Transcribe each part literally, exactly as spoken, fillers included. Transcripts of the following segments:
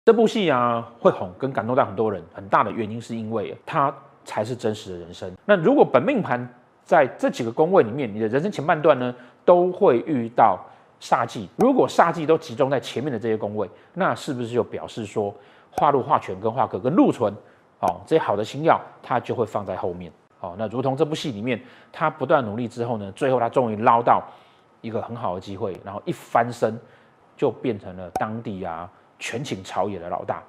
这部戏啊会红跟感动到很多人，很大的原因是因为它才是真实的人生。那如果本命盘在这几个宫位里面，你的人生前半段呢都会遇到煞忌。如果煞忌都集中在前面的这些宫位，那是不是就表示说化禄、化权跟化格跟禄存，哦，这些好的星曜它就会放在后面。哦，那如同这部戏里面，他不断努力之后呢，最后他终于捞到一个很好的机会，然后一翻身就变成了当地啊权倾朝野的老大。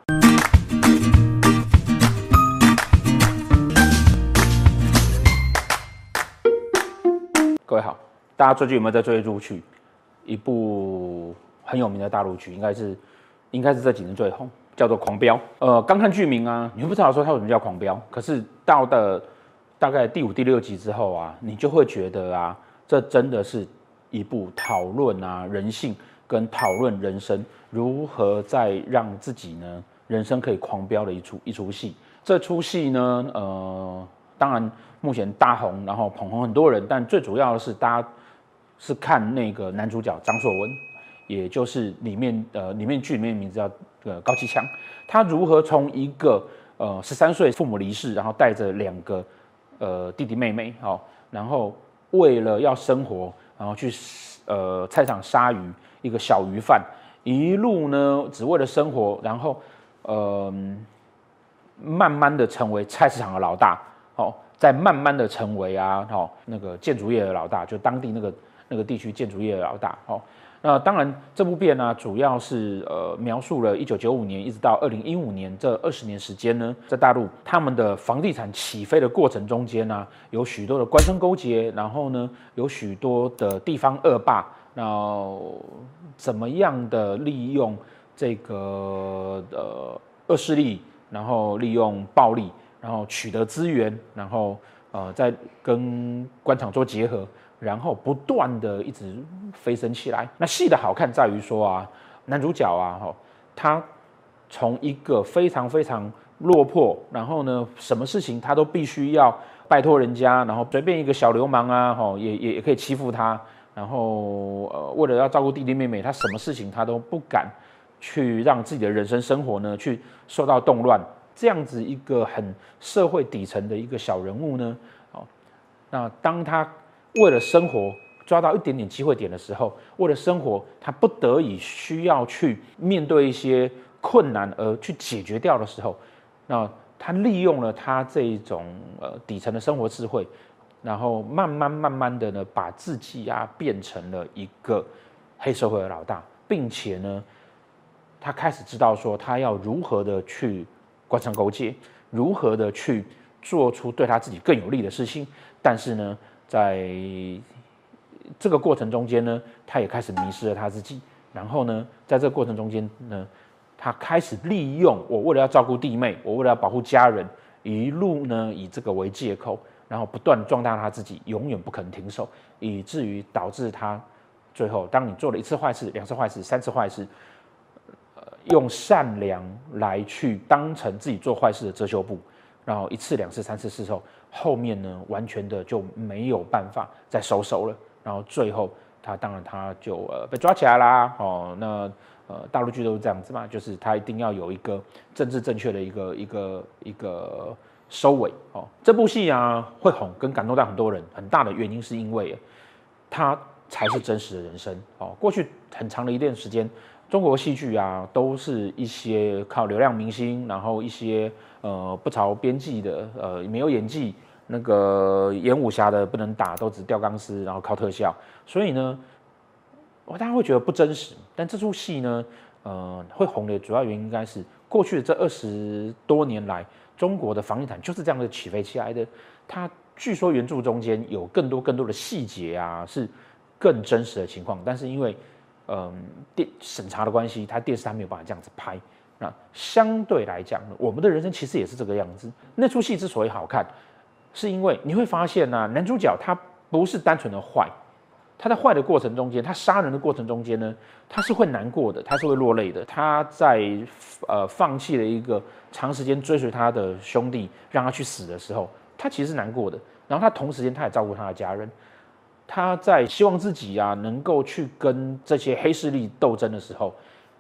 各位好，大家最近有没有在追陆剧？一部很有名的大陆剧，应该是应该是这几年最红，叫做《狂飙》。呃，刚看剧名啊，你会不知道说它为什么叫狂飙，可是到的大概第五、第六集之后啊，你就会觉得啊，这真的是一部讨论啊人性跟讨论人生如何在让自己呢人生可以狂飙的一出一出戏。这出戏呢，呃，当然目前大红，然后捧红很多人，但最主要的是大家是看那个男主角张硕文，也就是里面呃里面剧里面名字叫呃高启强，他如何从一个呃十三岁父母离世，然后带着两个呃弟弟妹妹，哦，然后为了要生活，然后去呃菜场杀鱼，一个小鱼贩，一路呢只为了生活，然后呃慢慢的成为菜市场的老大，哦，再慢慢的成为啊，哦那个建筑业的老大，就当地那个那个地区建筑业的老大，哦。那当然，这部片呢、啊，主要是呃描述了一九九五年一直到二零一五年这二十年时间呢，在大陆他们的房地产起飞的过程中间呢、啊，有许多的官商勾结，然后呢，有许多的地方恶霸，那怎么样的利用这个呃恶势力，然后利用暴力，然后取得资源，然后呃再跟官场做结合。然后不断的一直飞升起来。那戏的好看在于说啊，男主角啊，哈，他从一个非常非常落魄，然后呢，什么事情他都必须要拜托人家，然后随便一个小流氓啊，哈，也也也可以欺负他。然后呃，为了要照顾弟弟妹妹，他什么事情他都不敢去让自己的人生生活呢去受到动乱。这样子一个很社会底层的一个小人物呢，哦，那当他为了生活抓到一点点机会点的时候，为了生活，他不得已需要去面对一些困难而去解决掉的时候，那他利用了他这种呃底层的生活智慧，然后慢慢慢慢的呢，把自己啊变成了一个黑社会的老大，并且呢，他开始知道说他要如何的去官商勾结，如何的去做出对他自己更有利的事情，但是呢。在这个过程中间呢，他也开始迷失了他自己。然后呢，在这个过程中间呢，他开始利用我为了要照顾弟妹，我为了要保护家人，一路呢以这个为借口，然后不断壮大他自己，永远不肯停手，以至于导致他最后，当你做了一次坏事、两次坏事、三次坏事，呃，用善良来去当成自己做坏事的遮羞布。然后一次、两次、三次、四次后，后面呢完全的就没有办法再收手了。然后最后他当然他就呃被抓起来啦。哦，那呃大陆剧都是这样子嘛，就是他一定要有一个政治正确的一个一个一个收尾。哦，这部戏啊会红跟感动到很多人，很大的原因是因为它才是真实的人生。哦，过去很长的一段时间。中国戏剧啊，都是一些靠流量明星，然后一些呃不着边际的，呃没有演技，那个演武侠的不能打，都只吊钢丝，然后靠特效，所以呢，我大家会觉得不真实。但这出戏呢，呃会红的主要原因应该是过去的这二十多年来，中国的房地产就是这样的起飞起来的。它据说原著中间有更多更多的细节啊，是更真实的情况，但是因为嗯，电审查的关系，他电视台没有办法这样子拍。那相对来讲呢，我们的人生其实也是这个样子。那出戏之所以好看，是因为你会发现呢、啊，男主角他不是单纯的坏，他在坏的过程中间，他杀人的过程中间呢，他是会难过的，他是会落泪的。他在呃放弃了一个长时间追随他的兄弟，让他去死的时候，他其实是难过的。然后他同时间他也照顾他的家人。他在希望自己啊能够去跟这些黑势力斗争的时候，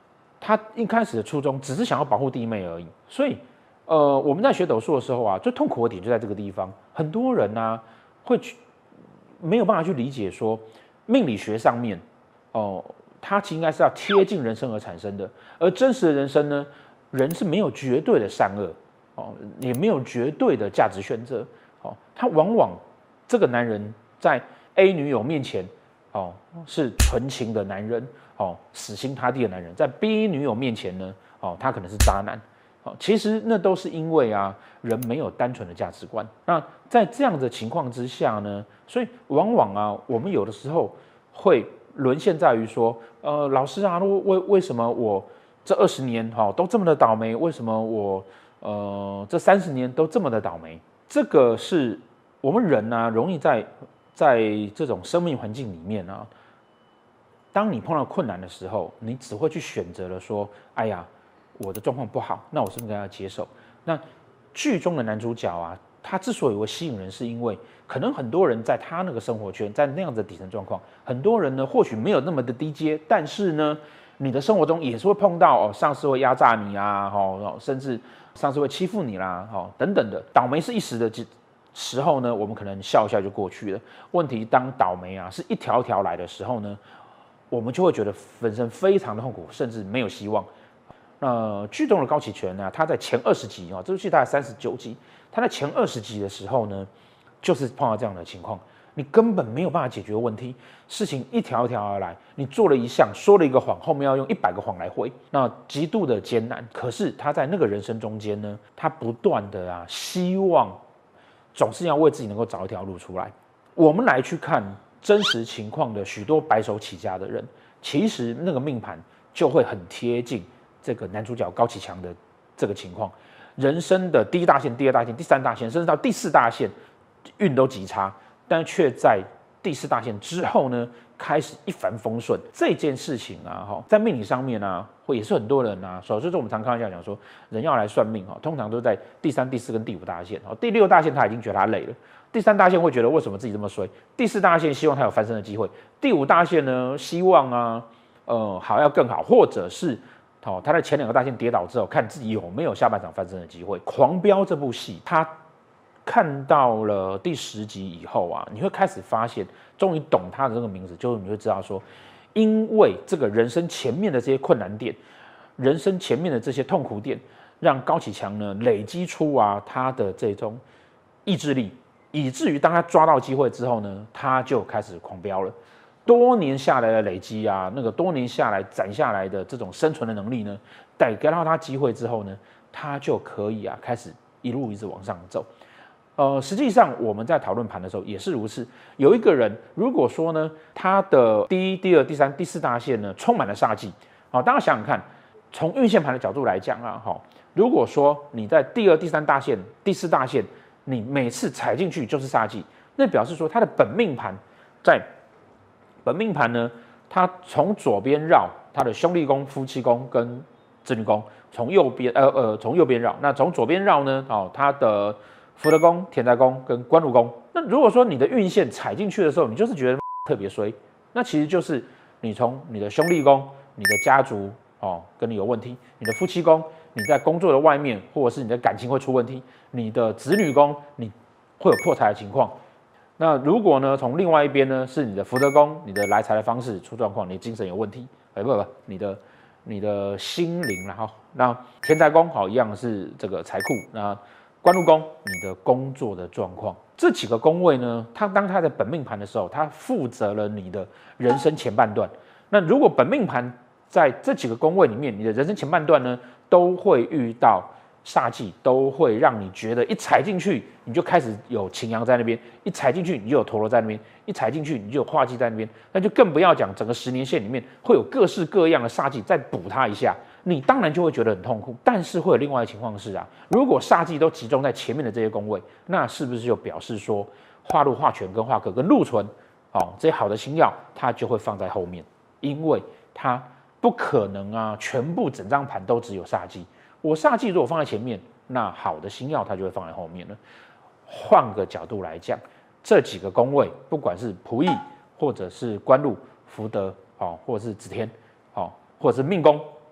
他一开始的初衷只是想要保护弟妹而已。所以，呃，我们在学斗数的时候啊，最痛苦的点就在这个地方。很多人呢、啊、会去没有办法去理解说，命理学上面哦、呃，它其实应该是要贴近人生而产生的，而真实的人生呢，人是没有绝对的善恶哦，也没有绝对的价值选择哦，他往往这个男人在 A 女友面前哦是纯情的男人。哦，死心塌地的男人，在 B 女友面前呢，哦，他可能是渣男，哦，其实那都是因为啊，人没有单纯的价值观。那在这样的情况之下呢，所以往往啊，我们有的时候会沦陷在于说，呃，老师啊，为为什么我这二十年哈、哦、都这么的倒霉？为什么我呃这三十年都这么的倒霉？这个是我们人呢、啊，容易在在这种生命环境里面啊。当你碰到困难的时候，你只会去选择了说：“哎呀，我的状况不好，那我是不是应该要接受？”那剧中的男主角啊，他之所以会吸引人，是因为可能很多人在他那个生活圈，在那样子的底层状况，很多人呢或许没有那么的低阶，但是呢，你的生活中也是会碰到哦，上司会压榨你啊，哦，甚至上司会欺负你啦，哦，等等的，倒霉是一时的时候呢，我们可能笑一笑就过去了。问题当倒霉啊是一条条来的时候呢？我们就会觉得本身非常的痛苦，甚至没有希望。那剧中的高启全呢，他在前二十集啊，这部剧大概三十九集，他在前二十集的时候呢，就是碰到这样的情况，你根本没有办法解决问题，事情一条一条而来，你做了一项，说了一个谎，后面要用一百个谎来回，那极度的艰难。可是他在那个人生中间呢，他不断的啊，希望总是要为自己能够找一条路出来。我们来去看。真实情况的许多白手起家的人，其实那个命盘就会很贴近这个男主角高启强的这个情况。人生的第一大线、第二大线、第三大线，甚至到第四大线，运都极差，但却在第四大线之后呢，开始一帆风顺。这件事情啊，哈，在命理上面啊，会也是很多人啊，所以就是我们常开玩笑讲说，人要来算命啊，通常都在第三、第四跟第五大线，哦，第六大线他已经觉得他累了。第三大线会觉得为什么自己这么衰？第四大线希望他有翻身的机会，第五大线呢，希望啊，呃，好要更好，或者是哦，他在前两个大线跌倒之后，看自己有没有下半场翻身的机会。狂飙这部戏，他看到了第十集以后啊，你会开始发现，终于懂他的这个名字，就是你会知道说，因为这个人生前面的这些困难点，人生前面的这些痛苦点，让高启强呢累积出啊他的这种意志力。以至于当他抓到机会之后呢，他就开始狂飙了。多年下来的累积啊，那个多年下来攒下来的这种生存的能力呢，带给到他机会之后呢，他就可以啊开始一路一直往上走。呃，实际上我们在讨论盘的时候也是如此。有一个人，如果说呢，他的第一、第二、第三、第四大线呢充满了煞气，好，大家想想看，从运线盘的角度来讲啊，好，如果说你在第二、第三大线、第四大线，你每次踩进去就是煞气，那表示说他的本命盘在本命盘呢，他从左边绕他的兄弟宫、夫妻宫跟子女宫，从右边呃呃从右边绕，那从左边绕呢，哦，他的福德宫、田宅宫跟官禄宫。那如果说你的运线踩进去的时候，你就是觉得特别衰，那其实就是你从你的兄弟宫、你的家族哦跟你有问题，你的夫妻宫。你在工作的外面，或者是你的感情会出问题，你的子女宫你会有破财的情况。那如果呢，从另外一边呢，是你的福德宫，你的来财的方式出状况，你精神有问题，哎不不，你的你的心灵，然后那田宅宫好一样是这个财库，那官禄宫你的工作的状况，这几个宫位呢，它当它的本命盘的时候，它负责了你的人生前半段。那如果本命盘在这几个宫位里面，你的人生前半段呢，都会遇到煞气，都会让你觉得一踩进去，你就开始有擎羊在那边；一踩进去，你就有陀螺在那边；一踩进去，你就有化忌在那边。那就更不要讲整个十年线里面会有各式各样的煞气再补它一下，你当然就会觉得很痛苦。但是会有另外的情况是啊，如果煞气都集中在前面的这些宫位，那是不是就表示说化禄、化权跟化科跟禄存，哦，这些好的星曜它就会放在后面，因为它不可能啊，全部整张盘都只有煞气。我煞气如果放在前面，那好的星曜它就会放在后面了。换个角度来讲，这几个宫位，不管是仆役，或者是官禄、福德，哦，或者是子天，哦，或者是命宫，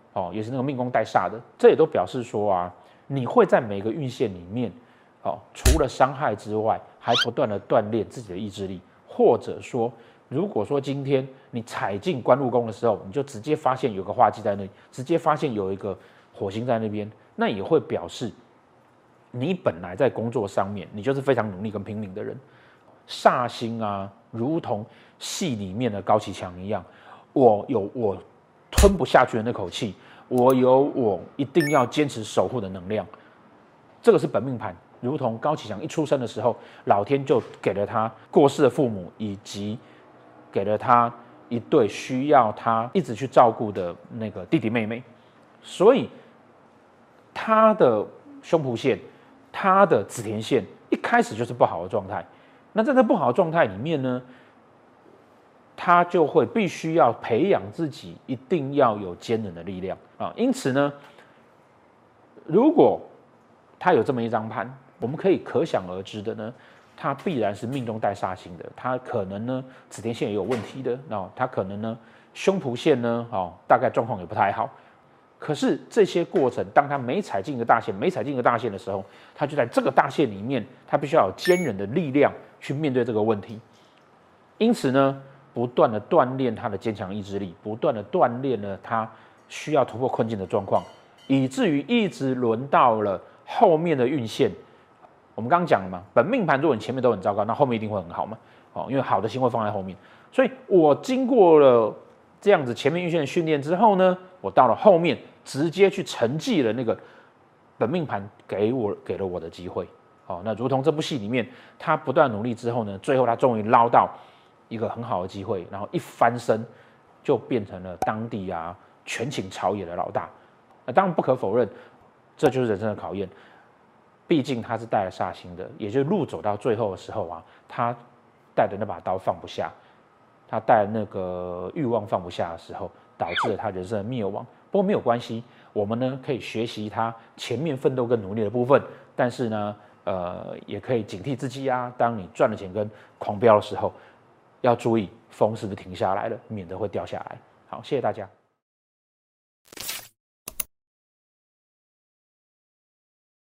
哦，也是那个命宫带煞的，这也都表示说啊，你会在每个运线里面，哦，除了伤害之外，还不断的锻炼自己的意志力，或者说，如果说今天你踩进官禄宫的时候，你就直接发现有个化忌在那里，直接发现有一个火星在那边，那也会表示你本来在工作上面，你就是非常努力跟拼命的人。煞星啊，如同戏里面的高启强一样，我有我吞不下去的那口气，我有我一定要坚持守护的能量。这个是本命盘，如同高启强一出生的时候，老天就给了他过世的父母，以及给了他一对需要他一直去照顾的那个弟弟妹妹，所以他的胸脯线、他的子田线一开始就是不好的状态。那在这不好的状态里面呢，他就会必须要培养自己，一定要有坚韧的力量啊。因此呢，如果他有这么一张盘，我们可以可想而知的呢，他必然是命中带煞星的，他可能呢子田线也有问题的，那他可能呢胸脯线呢，哦，大概状况也不太好。可是这些过程，当他每踩进一个大线，每踩进一个大线的时候，他就在这个大线里面，他必须要有坚韧的力量去面对这个问题。因此呢，不断的锻炼他的坚强意志力，不断的锻炼了他需要突破困境的状况，以至于一直轮到了后面的运线。我们刚刚讲了嘛，本命盘如果你前面都很糟糕，那后面一定会很好嘛。哦，因为好的星会放在后面，所以我经过了这样子前面运线的训练之后呢，我到了后面直接去承继了那个本命盘给我给了我的机会。哦，那如同这部戏里面，他不断努力之后呢，最后他终于捞到一个很好的机会，然后一翻身就变成了当地啊权倾朝野的老大。那当然不可否认，这就是人生的考验。毕竟他是带了煞星的，也就是路走到最后的时候啊，他带的那把刀放不下，他带那个欲望放不下的时候，导致了他人生的灭亡。不过没有关系，我们呢可以学习他前面奋斗跟努力的部分，但是呢，呃，也可以警惕自己啊。当你赚了钱跟狂飙的时候，要注意风是不是停下来了，免得会掉下来。好，谢谢大家。